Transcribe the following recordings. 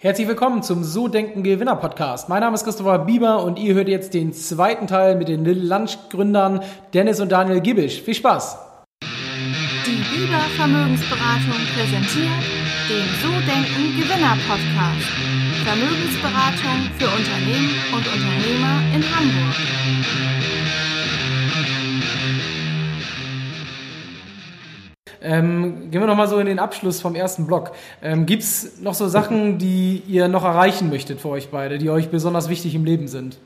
Herzlich willkommen zum So Denken Gewinner Podcast. Mein Name ist Christopher Bieber und ihr hört jetzt den zweiten Teil mit den Little Lunch Gründern Dennis und Daniel Gibisch. Viel Spaß! Die Bieber Vermögensberatung präsentiert den So Denken Gewinner Podcast. Vermögensberatung für Unternehmen und Unternehmer in Hamburg. Gehen wir nochmal so in den Abschluss vom ersten Block. Gibt es noch so Sachen, die ihr noch erreichen möchtet für euch beide, die euch besonders wichtig im Leben sind?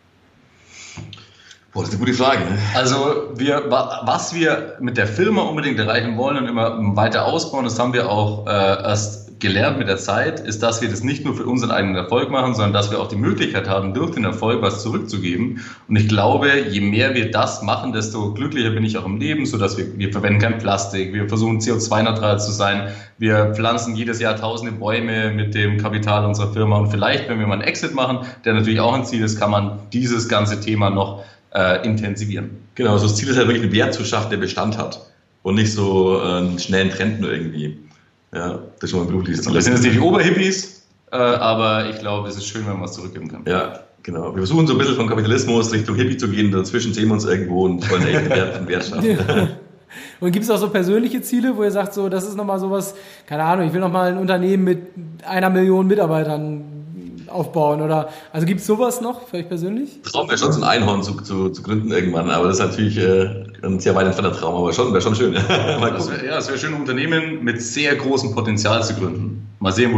Boah, das ist eine gute Frage. Ne? Also was wir mit der Firma unbedingt erreichen wollen und immer weiter ausbauen, das haben wir auch erst gelernt mit der Zeit, ist, dass wir das nicht nur für unseren eigenen Erfolg machen, sondern dass wir auch die Möglichkeit haben, durch den Erfolg was zurückzugeben. Und ich glaube, je mehr wir das machen, desto glücklicher bin ich auch im Leben, sodass wir verwenden kein Plastik, wir versuchen CO2-neutral zu sein, wir pflanzen jedes Jahr tausende Bäume mit dem Kapital unserer Firma und vielleicht, wenn wir mal einen Exit machen, der natürlich auch ein Ziel ist, kann man dieses ganze Thema noch intensivieren. Genau, also das Ziel ist halt wirklich einen Wert zu schaffen, der Bestand hat und nicht so einen schnellen Trend nur irgendwie. Ja, das ist schon mal ein berufliches Ziel. Wir sind jetzt nicht die Oberhippies, aber ich glaube, es ist schön, wenn man was zurückgeben kann. Ja, genau. Wir versuchen so ein bisschen vom Kapitalismus Richtung Hippie zu gehen, dazwischen sehen wir uns irgendwo und wollen echt einen Wert schaffen. Und gibt es auch so persönliche Ziele, wo ihr sagt, so, das ist nochmal sowas, keine Ahnung, ich will nochmal ein Unternehmen mit 1 Million Mitarbeitern aufbauen, oder, also gibt es sowas noch für euch persönlich? Traum wäre schon, so ein Einhorn zu gründen irgendwann, aber das ist natürlich ein sehr weit entfernter Traum, aber wäre schon schön. Es wäre schön, ein Unternehmen mit sehr großem Potenzial zu gründen. Mal sehen,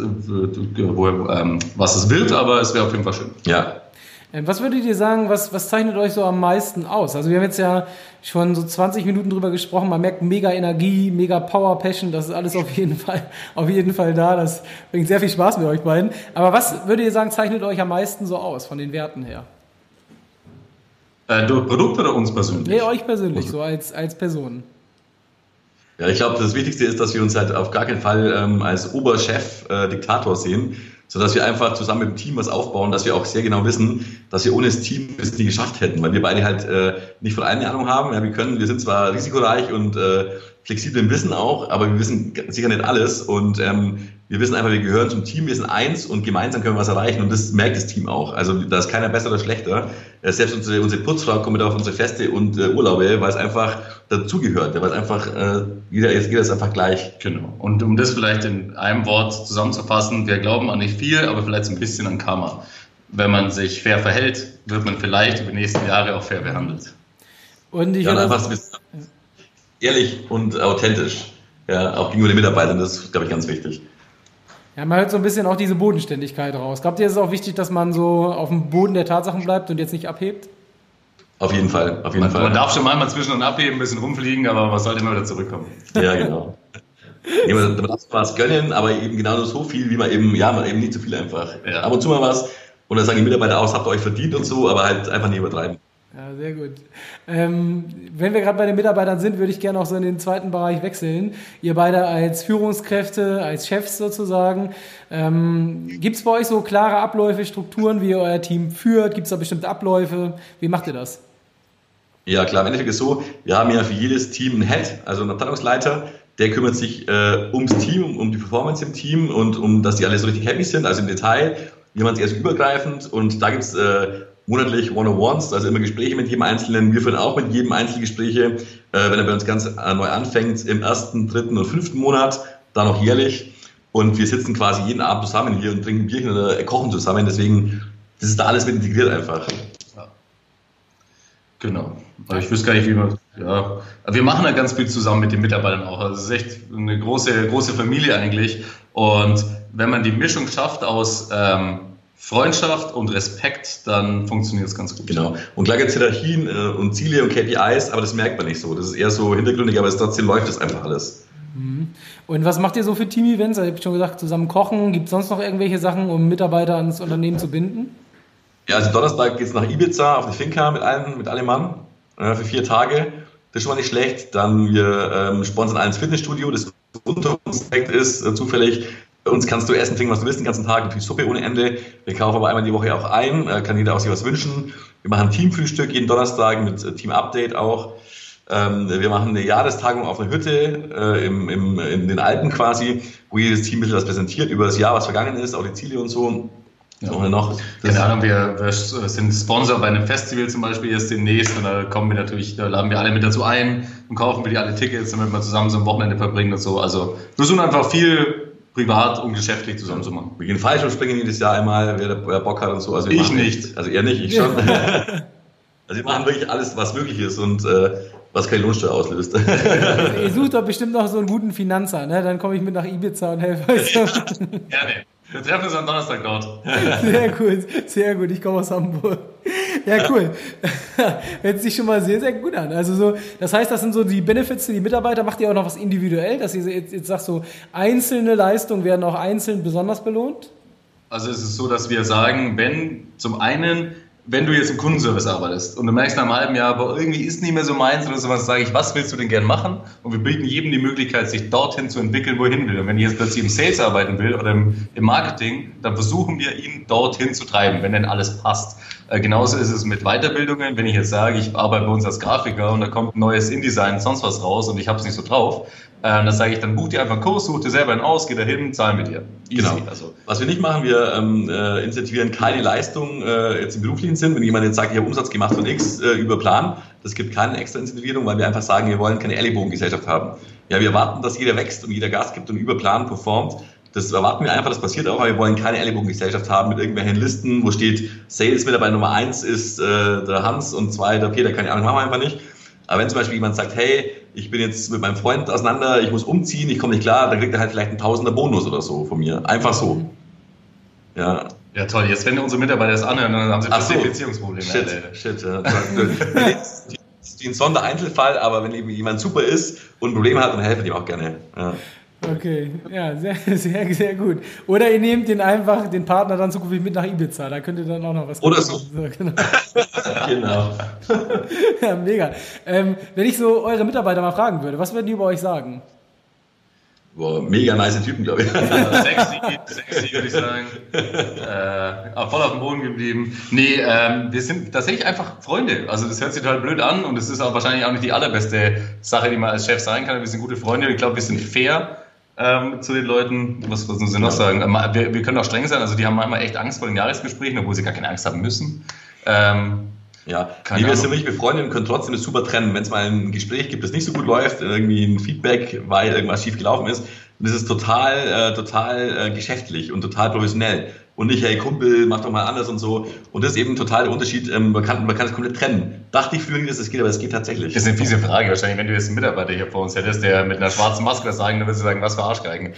was es wird, aber es wäre auf jeden Fall schön. Ja. Was würdet ihr sagen, was zeichnet euch so am meisten aus? Also wir haben jetzt ja schon so 20 Minuten drüber gesprochen, man merkt mega Energie, mega Power, Passion, das ist alles auf jeden Fall da, das bringt sehr viel Spaß mit euch beiden. Aber was würdet ihr sagen, zeichnet euch am meisten so aus, von den Werten her? Durch Produkt oder uns persönlich? Nee, euch persönlich, so als Person. Ja, ich glaube, das Wichtigste ist, dass wir uns halt auf gar keinen Fall als Oberchef, Diktator sehen, sodass wir einfach zusammen mit dem Team was aufbauen, dass wir auch sehr genau wissen, dass wir ohne das Team es nie geschafft hätten, weil wir beide halt nicht von allem Ahnung haben. Ja, wir sind zwar risikoreich und flexibel im Wissen auch, aber wir wissen sicher nicht alles und wir wissen einfach, wir gehören zum Team, wir sind eins und gemeinsam können wir was erreichen und das merkt das Team auch. Also da ist keiner besser oder schlechter. Selbst unsere Putzfrau kommt mit auf unsere Feste und Urlaube, weil es einfach dazugehört, weil es einfach, jeder ist einfach gleich. Genau. Und um das vielleicht in einem Wort zusammenzufassen, wir glauben an nicht viel, aber vielleicht so ein bisschen an Karma. Wenn man sich fair verhält, wird man vielleicht über die nächsten Jahre auch fair behandelt. Und ehrlich und authentisch, ja, auch gegenüber den Mitarbeitern, das ist, glaube ich, ganz wichtig. Ja, man hört so ein bisschen auch diese Bodenständigkeit raus. Glaubt ihr, es ist auch wichtig, dass man so auf dem Boden der Tatsachen bleibt und jetzt nicht abhebt? Auf jeden Fall. Man darf schon mal zwischen und abheben, ein bisschen rumfliegen, aber man sollte immer wieder zurückkommen. Ja, genau. Ja, man darf was gönnen, aber eben genau so viel, wie man eben nicht zu viel einfach. Ja. Ab und zu mal was und dann sagen die Mitarbeiter aus, habt ihr euch verdient und so, aber halt einfach nicht übertreiben. Ja, sehr gut. Wenn wir gerade bei den Mitarbeitern sind, würde ich gerne auch so in den zweiten Bereich wechseln. Ihr beide als Führungskräfte, als Chefs sozusagen. Gibt es bei euch so klare Abläufe, Strukturen, wie ihr euer Team führt? Gibt es da bestimmte Abläufe? Wie macht ihr das? Ja, klar. Im Endeffekt ist es so, wir haben ja für jedes Team einen Head, also einen Abteilungsleiter. Der kümmert sich ums Team, um die Performance im Team und dass die alle so richtig happy sind, also im Detail. Wir machen es eher so übergreifend und da gibt es monatlich One-on-Ones, also immer Gespräche mit jedem Einzelnen. Wir führen auch mit jedem Einzelgespräche, wenn er bei uns ganz neu anfängt, im 1., 3. und 5. Monat, dann auch jährlich. Und wir sitzen quasi jeden Abend zusammen hier und trinken Bierchen oder kochen zusammen. Deswegen, das ist da alles mit integriert einfach. Ja. Genau. Aber ich wüsste gar nicht, wie man... Ja, wir machen da ganz viel zusammen mit den Mitarbeitern auch. Also es ist echt eine große Familie eigentlich. Und wenn man die Mischung schafft aus Freundschaft und Respekt, dann funktioniert es ganz gut. Genau. Und klar gibt es Hierarchien und Ziele und KPIs, aber das merkt man nicht so. Das ist eher so hintergründig, aber trotzdem läuft das einfach alles. Und was macht ihr so für Team-Events? Ich habe schon gesagt, zusammen kochen. Gibt es sonst noch irgendwelche Sachen, um Mitarbeiter ans Unternehmen zu binden? Ja, also Donnerstag geht es nach Ibiza auf die Finca mit allem Mann für 4 Tage. Das ist schon mal nicht schlecht. Dann wir sponsern ein Fitnessstudio, das unter uns direkt ist, zufällig. Bei uns kannst du essen, trinken, was du willst, den ganzen Tag, natürlich Suppe ohne Ende. Wir kaufen aber einmal die Woche auch ein, kann jeder auch sich was wünschen. Wir machen Teamfrühstück jeden Donnerstag mit Team-Update auch. Wir machen eine Jahrestagung auf einer Hütte in den Alpen quasi, wo jedes Team ein bisschen was präsentiert über das Jahr, was vergangen ist, auch die Ziele und so. Ja. Keine Ahnung, wir sind Sponsor bei einem Festival zum Beispiel erst demnächst und da laden wir alle mit dazu ein und kaufen wir die alle Tickets, damit wir zusammen so ein Wochenende verbringen und so. Also wir versuchen einfach viel privat und geschäftlich zusammen zu machen. Wir gehen Fallschirmspringen jedes Jahr einmal, wer Bock hat und so. Also ich nicht. Also er nicht, ich schon. Also wir machen wirklich alles, was möglich ist und was keine Lohnsteuer auslöst. Ihr sucht doch bestimmt noch so einen guten Finanzer, ne? Dann komme ich mit nach Ibiza und helfe euch. Gerne. Wir treffen uns am Donnerstag dort. Sehr gut. Ich komme aus Hamburg. Ja, cool. Hört sich schon mal sehr, sehr gut an. Also so, das heißt, das sind so die Benefits für die Mitarbeiter. Macht ihr auch noch was individuell, dass ihr jetzt sagt, so einzelne Leistungen werden auch einzeln besonders belohnt? Also es ist so, dass wir sagen, wenn du jetzt im Kundenservice arbeitest und du merkst nach einem halben Jahr, aber irgendwie ist nicht mehr so meins oder sowas, sage ich, was willst du denn gern machen? Und wir bieten jedem die Möglichkeit, sich dorthin zu entwickeln, wo er hin will. Und wenn er jetzt plötzlich im Sales arbeiten will oder im Marketing, dann versuchen wir ihn dorthin zu treiben, wenn denn alles passt. Genauso ist es mit Weiterbildungen. Wenn ich jetzt sage, ich arbeite bei uns als Grafiker und da kommt ein neues InDesign, sonst was raus und ich habe es nicht so drauf, dann sage ich, dann buch dir einfach einen Kurs, such dir selber einen aus, geh dahin, zahlen wir dir. Easy. Genau. Also, was wir nicht machen, wir incentivieren keine Leistung jetzt im beruflichen Sinn. Wenn jemand jetzt sagt, ich habe Umsatz gemacht von X über Plan, das gibt keine extra Incentivierung, weil wir einfach sagen, wir wollen keine Ellenbogengesellschaft haben. Ja, wir erwarten, dass jeder wächst und jeder Gas gibt und über Plan performt. Das erwarten wir einfach, das passiert auch, aber wir wollen keine Ellenbogengesellschaft haben mit irgendwelchen Listen, wo steht, Sales-Mitarbeiter Nummer 1 ist der Hans und 2 der Peter, keine Ahnung, machen wir einfach nicht. Aber wenn zum Beispiel jemand sagt, hey, ich bin jetzt mit meinem Freund auseinander, ich muss umziehen, ich komme nicht klar, dann kriegt er halt vielleicht einen Tausender Bonus oder so von mir. Einfach so. Ja. Ja, toll. Jetzt, wenn unsere Mitarbeiter das anhören, dann haben sie plötzlich Beziehungsprobleme. Shit, ja. Die ein Sondereinzelfall, aber wenn eben jemand super ist und Probleme hat, dann helfen die auch gerne. Ja. Okay, ja, sehr, sehr, sehr gut. Oder ihr nehmt den Partner dann zukünftig mit nach Ibiza, da könnt ihr dann auch noch was oder so. Genau. Genau. Ja, mega. Wenn ich so eure Mitarbeiter mal fragen würde, was würden die über euch sagen? Boah, mega nice Typen, glaube ich. Ja, sexy würde ich sagen. Voll auf dem Boden geblieben. Nee, wir sind tatsächlich einfach Freunde. Also das hört sich total blöd an und es ist auch wahrscheinlich auch nicht die allerbeste Sache, die man als Chef sagen kann. Wir sind gute Freunde. Ich glaube, wir sind fair zu den Leuten. Was müssen sie noch sagen? Wir können auch streng sein. Also die haben manchmal echt Angst vor den Jahresgesprächen, obwohl sie gar keine Angst haben müssen. Ja, wir sind wirklich befreundet und können trotzdem das super trennen. Wenn es mal ein Gespräch gibt, das nicht so gut läuft, irgendwie ein Feedback, weil irgendwas schief gelaufen ist, das ist total geschäftlich und total professionell. Und nicht, hey Kumpel, mach doch mal anders und so. Und das ist eben total der Unterschied. Man kann es komplett trennen. Dachte ich früher nicht, dass das geht, aber es geht tatsächlich. Das ist eine fiese Frage wahrscheinlich. Wenn du jetzt einen Mitarbeiter hier vor uns hättest, der mit einer schwarzen Maske das sagen, dann würdest du sagen, was für Arschgeigen.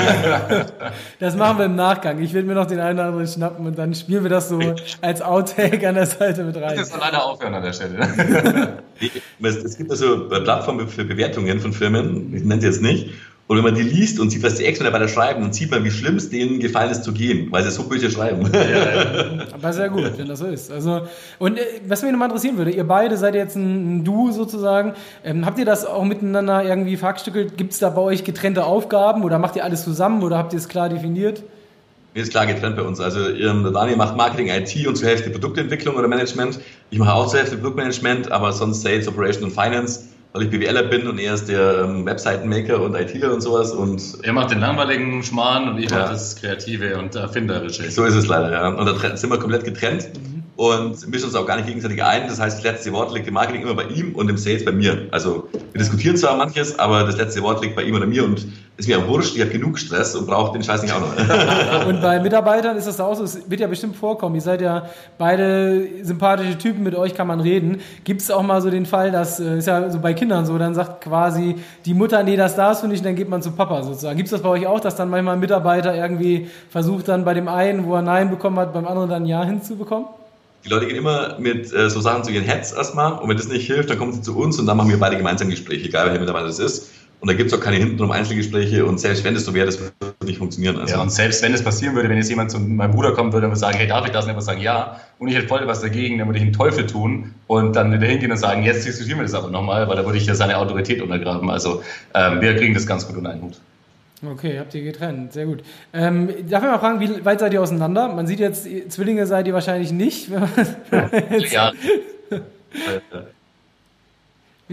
Das machen wir im Nachgang. Ich will mir noch den einen oder anderen schnappen und dann spielen wir das so als Outtake an der Seite mit rein. Das ist leider aufhören an der Stelle. Es gibt also Plattformen für Bewertungen von Firmen, ich nenne sie jetzt nicht. Und wenn man die liest und sieht, was die Ex-Mitarbeiter schreiben, dann sieht man, wie schlimm es denen gefallen ist zu gehen, weil sie so böse schreiben. Ja. Aber sehr gut, wenn das so ist. Also, und was mich nochmal interessieren würde, ihr beide seid jetzt ein Duo sozusagen. Habt ihr das auch miteinander irgendwie verhackstückelt? Gibt es da bei euch getrennte Aufgaben oder macht ihr alles zusammen oder habt ihr es klar definiert? Mir ist klar getrennt bei uns. Also der Daniel macht Marketing, IT und zur Hälfte Produktentwicklung oder Management. Ich mache auch zur Hälfte Produktmanagement, aber sonst Sales, Operation und Finance, weil ich BWLer bin und er ist der Webseitenmaker und ITler und sowas. Und er macht den langweiligen Schmarrn und ich mache das Kreative und Erfinderische. So ist es leider, ja. Und da sind wir komplett getrennt und mischen uns auch gar nicht gegenseitig ein. Das heißt, das letzte Wort liegt im Marketing immer bei ihm und im Sales bei mir. Also wir diskutieren zwar manches, aber das letzte Wort liegt bei ihm oder mir und ist mir auch wurscht, ich habe genug Stress und brauche den Scheiß nicht auch noch. Und bei Mitarbeitern ist das auch so, es wird ja bestimmt vorkommen, ihr seid ja beide sympathische Typen, mit euch kann man reden. Gibt es auch mal so den Fall, das ist ja so bei Kindern so, dann sagt quasi die Mutter, nee, das darfst du nicht, und dann geht man zu Papa sozusagen. Gibt es das bei euch auch, dass dann manchmal ein Mitarbeiter irgendwie versucht dann bei dem einen, wo er Nein bekommen hat, beim anderen dann Ja hinzubekommen? Die Leute gehen immer mit so Sachen zu ihren Heads erstmal und wenn das nicht hilft, dann kommen sie zu uns und dann machen wir beide gemeinsam Gespräche, egal welcher Mitarbeiter das ist. Und da gibt es auch keine hintenrum Einzelgespräche und selbst wenn das so wäre, das würde nicht funktionieren. Also. Ja, und selbst wenn es passieren würde, wenn jetzt jemand zu meinem Bruder kommen würde und würde sagen, hey, darf ich das? Und er würde sagen, ja. Und ich hätte voll was dagegen, dann würde ich einen Teufel tun und dann wieder hingehen und sagen, jetzt diskutieren wir das aber nochmal, weil da würde ich ja seine Autorität untergraben. Also wir kriegen das ganz gut unter einen Hut. Okay, habt ihr getrennt, sehr gut. Darf ich mal fragen, wie weit seid ihr auseinander? Man sieht jetzt, Zwillinge seid ihr wahrscheinlich nicht. Ja.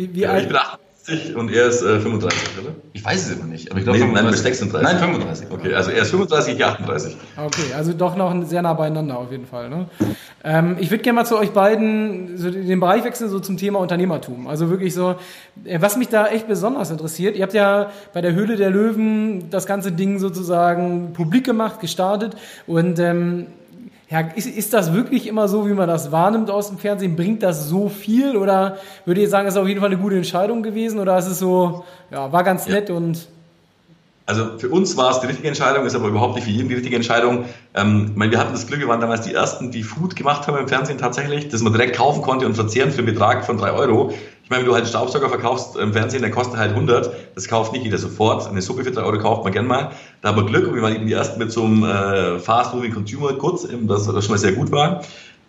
Wie alt? Ich bin 38 und er ist 35, oder? Ich weiß es immer nicht, aber ich glaube 35. Nein, 36. Nein, 35. Okay, also er ist 35, ich 38. Okay, also doch noch sehr nah beieinander auf jeden Fall. Ne? Ich würde gerne mal zu euch beiden so den Bereich wechseln, so zum Thema Unternehmertum. Also wirklich so, was mich da echt besonders interessiert, ihr habt ja bei der Höhle der Löwen das ganze Ding sozusagen publik gemacht, gestartet und ist das wirklich immer so, wie man das wahrnimmt aus dem Fernsehen? Bringt das so viel oder würdet ihr sagen, es ist auf jeden Fall eine gute Entscheidung gewesen oder ist es so, war ganz nett und... Also für uns war es die richtige Entscheidung, ist aber überhaupt nicht für jeden die richtige Entscheidung. Wir hatten das Glück, wir waren damals die Ersten, die Food gemacht haben im Fernsehen tatsächlich, das man direkt kaufen konnte und verzehren für einen Betrag von 3 Euro. Ich meine, wenn du halt einen Staubsauger verkaufst im Fernsehen, der kostet halt 100, das kauft nicht jeder sofort. Eine Suppe für 3 Euro kauft man gern mal. Da haben wir Glück und wir waren eben die Ersten mit so einem Fast-Moving Consumer Goods, das schon mal sehr gut war.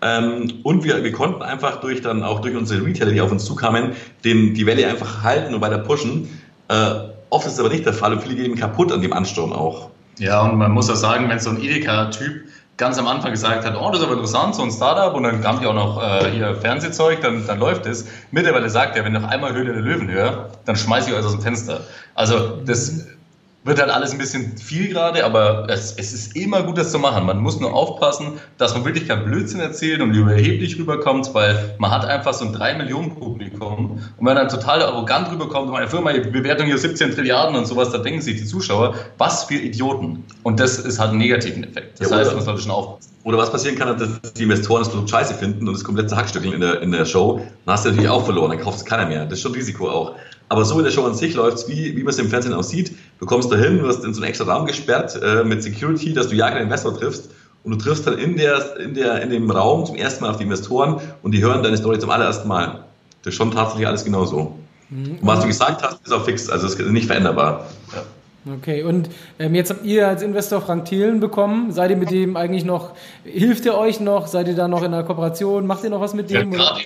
Und wir konnten einfach durch unsere Retailer, die auf uns zukamen, die Welle einfach halten und weiter pushen. Oft ist es aber nicht der Fall und viele gehen kaputt an dem Ansturm auch. Ja, und man muss auch sagen, wenn so ein Edeka-Typ ganz am Anfang gesagt hat, das ist aber interessant, so ein Startup und dann kam die auch noch hier Fernsehzeug, dann läuft es. Mittlerweile sagt er, wenn ich noch einmal Höhle der Löwen höre, dann schmeiße ich euch aus dem Fenster. Also das wird halt alles ein bisschen viel gerade, aber es ist immer gut, das zu machen. Man muss nur aufpassen, dass man wirklich keinen Blödsinn erzählt und überheblich rüberkommt, weil man hat einfach so ein 3-Millionen-Publikum und wenn dann total arrogant rüberkommt, meine Firma, die Bewertung hier 17 Trilliarden und sowas, da denken sich die Zuschauer, was für Idioten. Und das ist halt einen negativen Effekt. Das heißt, man sollte schon aufpassen. Oder was passieren kann, dass die Investoren das Produkt scheiße finden und das komplette Hackstückchen in der Show, dann hast du natürlich auch verloren, dann kauft es keiner mehr. Das ist schon ein Risiko auch. Aber so in der Show an sich läuft es, wie man es im Fernsehen auch sieht. Du kommst da hin, du wirst in so einen extra Raum gesperrt mit Security, dass du ja keinen Investor triffst. Und du triffst dann in dem Raum zum ersten Mal auf die Investoren und die hören deine Story zum allerersten Mal. Das ist schon tatsächlich alles genauso. Und was du gesagt hast, ist auch fix, also es ist nicht veränderbar. Ja. Okay, und jetzt habt ihr als Investor Frank Thelen bekommen. Seid ihr mit dem eigentlich noch, hilft er euch noch? Seid ihr da noch in einer Kooperation? Macht ihr noch was mit dem?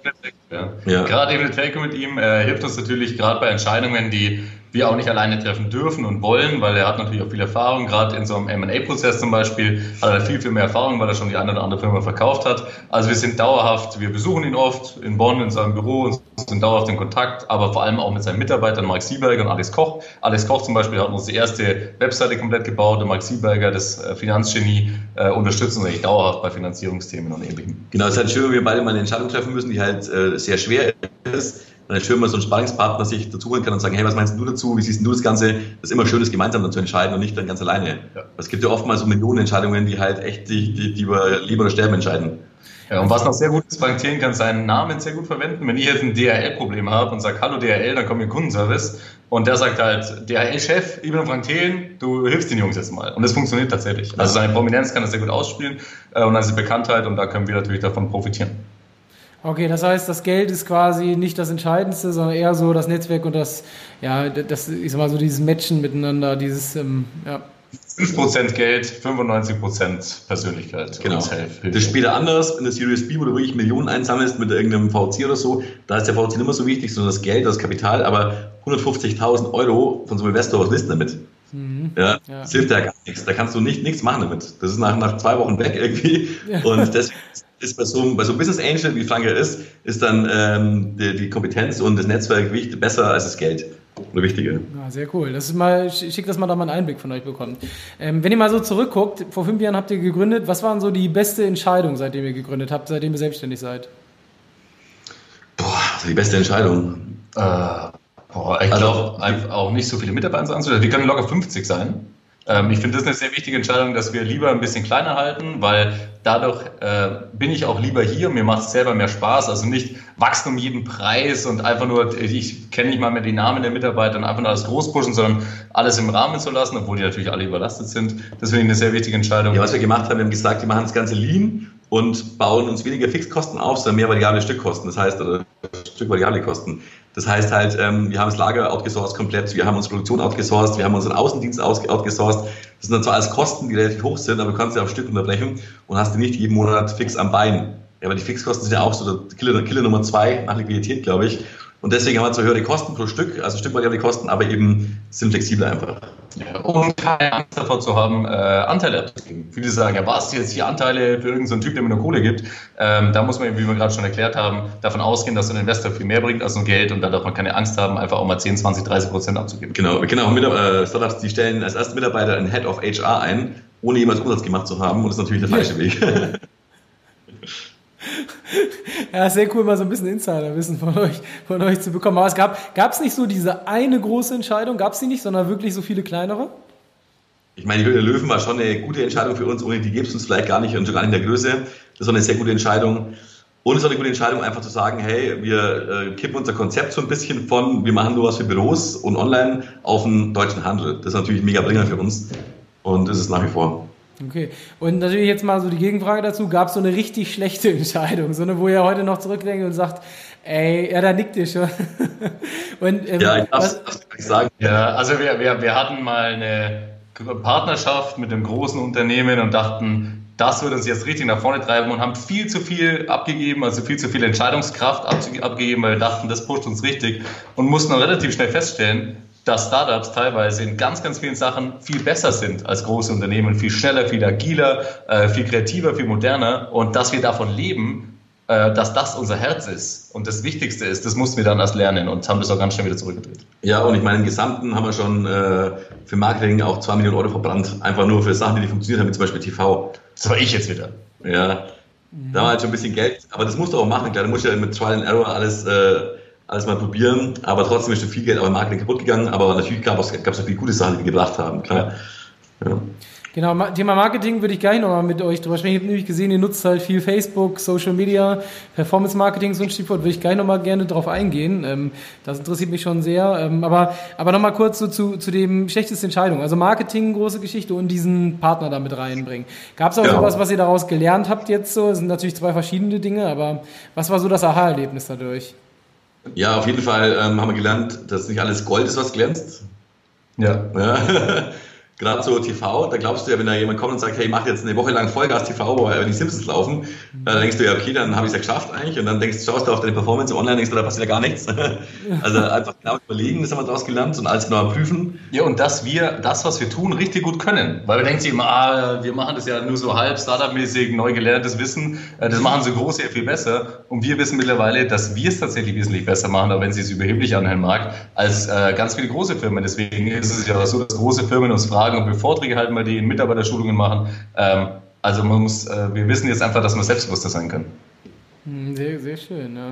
Gerade eben mit Telco mit ihm hilft uns natürlich gerade bei Entscheidungen, die wir auch nicht alleine treffen dürfen und wollen, weil er hat natürlich auch viel Erfahrung, gerade in so einem M&A-Prozess zum Beispiel hat er viel mehr Erfahrung, weil er schon die eine oder andere Firma verkauft hat. Also wir sind dauerhaft, wir besuchen ihn oft in Bonn in seinem Büro und sind dauerhaft in Kontakt, aber vor allem auch mit seinen Mitarbeitern Marc Sieberger und Alex Koch. Alex Koch zum Beispiel hat uns die erste Webseite komplett gebaut und Marc Sieberger, das Finanzgenie, unterstützt uns eigentlich dauerhaft bei Finanzierungsthemen und Ähnlichem. Genau, es ist halt schön, wenn wir beide mal eine Entscheidung treffen müssen, die halt sehr schwer ist. Dann ist schön, wenn so ein Sparringspartner sich dazuholen kann und sagen, hey, was meinst du dazu? Wie siehst du das Ganze? Das ist immer schön, das gemeinsam dann zu entscheiden und nicht dann ganz alleine. Ja. Es gibt ja oftmals so Millionen Entscheidungen, die halt echt die über Leben oder Sterben entscheiden. Ja, und was noch sehr gut ist, Frank Thelen kann seinen Namen sehr gut verwenden. Wenn ich jetzt ein DHL-Problem habe und sage, hallo DHL, dann kommt mir ein Kundenservice und der sagt halt, DHL-Chef, ich bin Frank Thelen, du hilfst den Jungs jetzt mal. Und das funktioniert tatsächlich. Also seine Prominenz kann das sehr gut ausspielen und dann ist die Bekanntheit und da können wir natürlich davon profitieren. Okay, das heißt, das Geld ist quasi nicht das Entscheidendste, sondern eher so das Netzwerk und das, ich sag mal so dieses Matchen miteinander, dieses, 5% Geld, 95% Persönlichkeit. Genau. Das ist später anders in der Series B, wo du wirklich Millionen einsammelst mit irgendeinem VC oder so. Da ist der VC nicht mehr so wichtig, sondern das Geld, das Kapital. Aber 150.000 Euro von so einem Investor, was willst du damit? Ja. Das hilft ja gar nichts. Da kannst du nichts machen damit. Das ist nach 2 Wochen weg irgendwie. Ja. Und deswegen ist bei so einem Business Angel, wie Frank ist dann die Kompetenz und das Netzwerk besser als das Geld. Oder wichtiger. Ja, sehr cool. Schick, dass man da mal einen Einblick von euch bekommt. Wenn ihr mal so zurückguckt, vor 5 Jahren habt ihr gegründet. Was waren so die beste Entscheidung, seitdem ihr gegründet habt, seitdem ihr selbstständig seid? Die beste Entscheidung. Ich glaube, auch nicht so viele Mitarbeiter anzustellen. Wir können locker 50 sein. Ich finde das eine sehr wichtige Entscheidung, dass wir lieber ein bisschen kleiner halten, weil dadurch bin ich auch lieber hier. Mir macht es selber mehr Spaß. Also nicht wachsen um jeden Preis und einfach nur, ich kenne nicht mal mehr die Namen der Mitarbeiter und einfach nur alles groß pushen, sondern alles im Rahmen zu lassen, obwohl die natürlich alle überlastet sind. Das finde ich eine sehr wichtige Entscheidung. Ja, was wir gemacht haben, wir haben gesagt, wir machen das Ganze lean und bauen uns weniger Fixkosten auf, sondern mehr variable Stückkosten. Das heißt, oder Stück variable Kosten. Das heißt halt, wir haben das Lager outgesourced komplett, wir haben unsere Produktion outgesourced, wir haben unseren Außendienst outgesourced. Das sind dann zwar alles Kosten, die relativ hoch sind, aber du kannst sie auf Stück unterbrechen und hast die nicht jeden Monat fix am Bein. Ja, aber die Fixkosten sind ja auch so der Killer Nummer 2 nach Liquidität, glaube ich. Und deswegen haben wir zwar höhere Kosten pro Stück, also stückvariable Kosten, aber eben sind flexibler einfach. Ja, und keine Angst davor zu haben, Anteile abzugeben. Viele sagen, ja, was, jetzt hier Anteile für irgendeinen Typ, der mir nur Kohle gibt. Da muss man, wie wir gerade schon erklärt haben, davon ausgehen, dass ein Investor viel mehr bringt als nur Geld und da darf man keine Angst haben, einfach auch mal 10, 20, 30% abzugeben. Genau. Startups, die stellen als ersten Mitarbeiter einen Head of HR ein, ohne jemals Umsatz gemacht zu haben, und das ist natürlich der falsche Weg. Ja, sehr cool, mal so ein bisschen Insiderwissen von euch zu bekommen. Aber gab es nicht so diese eine große Entscheidung, gab es die nicht, sondern wirklich so viele kleinere? Ich meine, die Höhle der Löwen war schon eine gute Entscheidung für uns, ohne die gäbe es uns vielleicht gar nicht und schon gar nicht in der Größe. Das war eine sehr gute Entscheidung. Und es war eine gute Entscheidung, einfach zu sagen, hey, wir kippen unser Konzept so ein bisschen von, wir machen nur was für Büros und online auf den deutschen Handel. Das ist natürlich ein mega Bringer für uns und das ist nach wie vor. Okay, und natürlich jetzt mal so die Gegenfrage dazu, gab es so eine richtig schlechte Entscheidung, so eine, wo ihr heute noch zurückdenkt und sagt, ey, ja, da nickt ihr schon. Und, ja, ich darf es sagen. Ja, also wir hatten mal eine Partnerschaft mit einem großen Unternehmen und dachten, das wird uns jetzt richtig nach vorne treiben und haben viel zu viel abgegeben, also viel zu viel Entscheidungskraft abgegeben, weil wir dachten, das pusht uns richtig und mussten dann relativ schnell feststellen, dass Startups teilweise in ganz, ganz vielen Sachen viel besser sind als große Unternehmen, viel schneller, viel agiler, viel kreativer, viel moderner und dass wir davon leben, dass das unser Herz ist und das Wichtigste ist, das mussten wir dann erst lernen und haben das auch ganz schnell wieder zurückgedreht. Ja, und ich meine, im Gesamten haben wir schon für Marketing auch 2 Millionen Euro verbrannt, einfach nur für Sachen, die funktioniert haben, wie zum Beispiel TV. Das war ich jetzt wieder. Ja, da war halt schon ein bisschen Geld, aber das musst du auch machen, klar, du musst ja mit Trial and Error alles mal probieren, aber trotzdem ist schon viel Geld auch im Marketing kaputt gegangen, aber natürlich gab es auch viele gute Sachen, die wir gebracht haben, klar. Ja. Genau, Thema Marketing würde ich gleich nochmal mit euch drüber sprechen. Ich habe nämlich gesehen, ihr nutzt halt viel Facebook, Social Media, Performance Marketing, so ein Stichwort, würde ich gleich nochmal gerne drauf eingehen. Das interessiert mich schon sehr. Aber nochmal kurz so zu dem schlechtesten Entscheidung. Also Marketing, große Geschichte und diesen Partner da mit reinbringen. Gab es auch sowas, was ihr daraus gelernt habt jetzt so? Das sind natürlich 2 verschiedene Dinge, aber was war so das Aha-Erlebnis dadurch? Ja, auf jeden Fall haben wir gelernt, dass nicht alles Gold ist, was glänzt. Ja. Gerade so TV, da glaubst du ja, wenn da jemand kommt und sagt, hey, mach jetzt eine Woche lang Vollgas-TV, wo die Simpsons laufen, dann denkst du ja, okay, dann habe ich es ja geschafft eigentlich und dann schaust du auf deine Performance online, denkst du, da passiert ja gar nichts. Also einfach genau überlegen, das haben wir daraus gelernt und alles genau prüfen. Ja, und dass wir das, was wir tun, richtig gut können. Weil wir denken sich immer, wir machen das ja nur so halb Startup-mäßig, neu gelerntes Wissen, das machen so groß ja viel besser und wir wissen mittlerweile, dass wir es tatsächlich wesentlich besser machen, auch wenn sie es überheblich anhören mag, als ganz viele große Firmen. Deswegen ist es ja so, dass große Firmen uns fragen, ob wir Vorträge halten, bei denen Mitarbeiterschulungen machen. Also wir wissen jetzt einfach, dass wir selbstbewusster sein können. Sehr, sehr schön. Ja.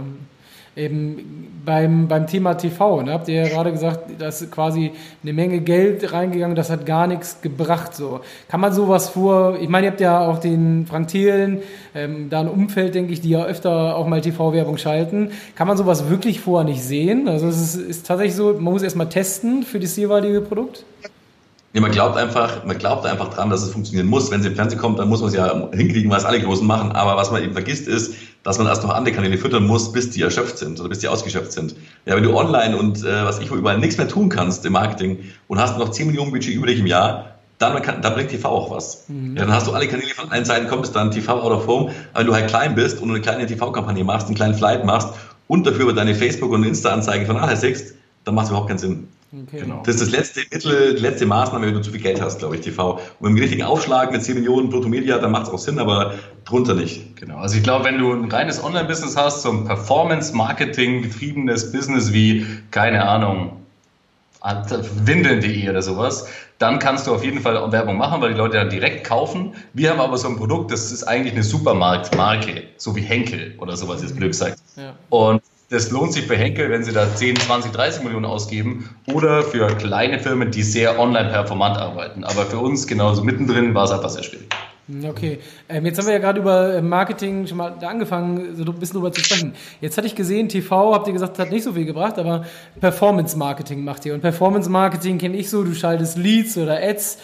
Eben beim Thema TV, ne, habt ihr ja gerade gesagt, da ist quasi eine Menge Geld reingegangen, das hat gar nichts gebracht. So. Kann man sowas ich meine, ihr habt ja auch den Frank Thelen, da ein Umfeld, denke ich, die ja öfter auch mal TV-Werbung schalten. Kann man sowas wirklich vorher nicht sehen? Also es ist tatsächlich so, man muss erstmal testen für das jeweilige Produkt? Ja, man glaubt einfach dran, dass es funktionieren muss. Wenn es im Fernsehen kommt, dann muss man es ja hinkriegen, was alle Großen machen. Aber was man eben vergisst ist, dass man erst noch andere Kanäle füttern muss, bis die erschöpft sind oder bis die ausgeschöpft sind. Ja, wenn du online und wo überall nichts mehr tun kannst im Marketing und hast noch 10 Millionen Budget übrig im Jahr, dann bringt TV auch was. Mhm. Ja, dann hast du alle Kanäle von allen Seiten, kommst dann TV out of home. Aber wenn du halt klein bist und eine kleine TV-Kampagne machst, einen kleinen Flight machst und dafür deine Facebook- und Insta-Anzeigen vernachlässigst, dann macht es überhaupt keinen Sinn. Okay. Genau. Das ist das letzte Mittel, die letzte Maßnahme, wenn du zu viel Geld hast, glaube ich, TV. Und mit dem richtigen Aufschlag mit 10 Millionen Bruttomedia, dann macht es auch Sinn, aber drunter nicht. Genau. Also ich glaube, wenn du ein reines Online-Business hast, so ein Performance-Marketing getriebenes Business wie, keine Ahnung, Windeln.de oder sowas, dann kannst du auf jeden Fall Werbung machen, weil die Leute dann direkt kaufen. Wir haben aber so ein Produkt, das ist eigentlich eine Supermarktmarke, so wie Henkel oder sowas, jetzt blöd gesagt. Ja. Und das lohnt sich für Henkel, wenn sie da 10, 20, 30 Millionen ausgeben oder für kleine Firmen, die sehr online performant arbeiten. Aber für uns genauso mittendrin war es einfach sehr schwierig. Okay, jetzt haben wir ja gerade über Marketing schon mal da angefangen, so ein bisschen drüber zu sprechen. Jetzt hatte ich gesehen, TV, habt ihr gesagt, hat nicht so viel gebracht, aber Performance-Marketing macht ihr. Und Performance-Marketing kenne ich so, du schaltest Leads oder Ads,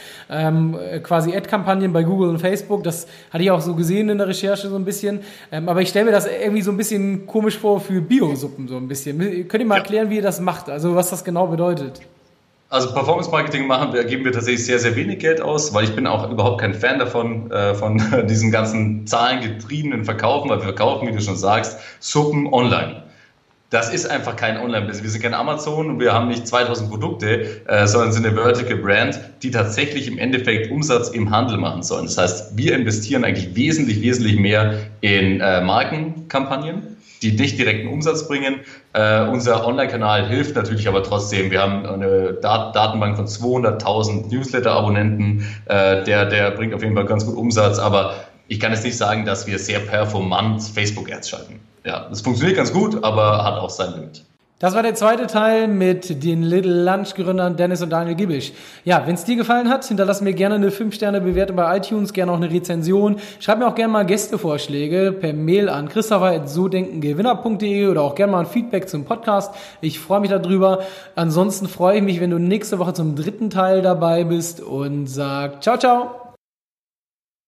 quasi Ad-Kampagnen bei Google und Facebook. Das hatte ich auch so gesehen in der Recherche so ein bisschen. Aber ich stelle mir das irgendwie so ein bisschen komisch vor für Biosuppen so ein bisschen. Könnt ihr mal erklären, wie ihr das macht, also was das genau bedeutet? Also Performance-Marketing geben wir tatsächlich sehr, sehr wenig Geld aus, weil ich bin auch überhaupt kein Fan davon, von diesem ganzen zahlengetriebenen Verkaufen, weil wir verkaufen, wie du schon sagst, Suppen online. Das ist einfach kein Online-Business. Wir sind kein Amazon und wir haben nicht 2000 Produkte, sondern sind eine Vertical Brand, die tatsächlich im Endeffekt Umsatz im Handel machen sollen. Das heißt, wir investieren eigentlich wesentlich mehr in Markenkampagnen, die nicht direkten Umsatz bringen. Unser Online-Kanal hilft natürlich aber trotzdem. Wir haben eine Datenbank von 200.000 Newsletter-Abonnenten. Der bringt auf jeden Fall ganz gut Umsatz, aber ich kann jetzt nicht sagen, dass wir sehr performant Facebook-Ads schalten. Ja, das funktioniert ganz gut, aber hat auch sein Limit. Das war der zweite Teil mit den Little Lunch Gründern Dennis und Daniel Gibisch. Ja, wenn es dir gefallen hat, hinterlass mir gerne eine 5-Sterne-Bewertung bei iTunes, gerne auch eine Rezension. Schreib mir auch gerne mal Gästevorschläge per Mail an christopher@sodenkengewinner.de oder auch gerne mal ein Feedback zum Podcast. Ich freue mich darüber. Ansonsten freue ich mich, wenn du nächste Woche zum 3. Teil dabei bist und sag ciao, ciao.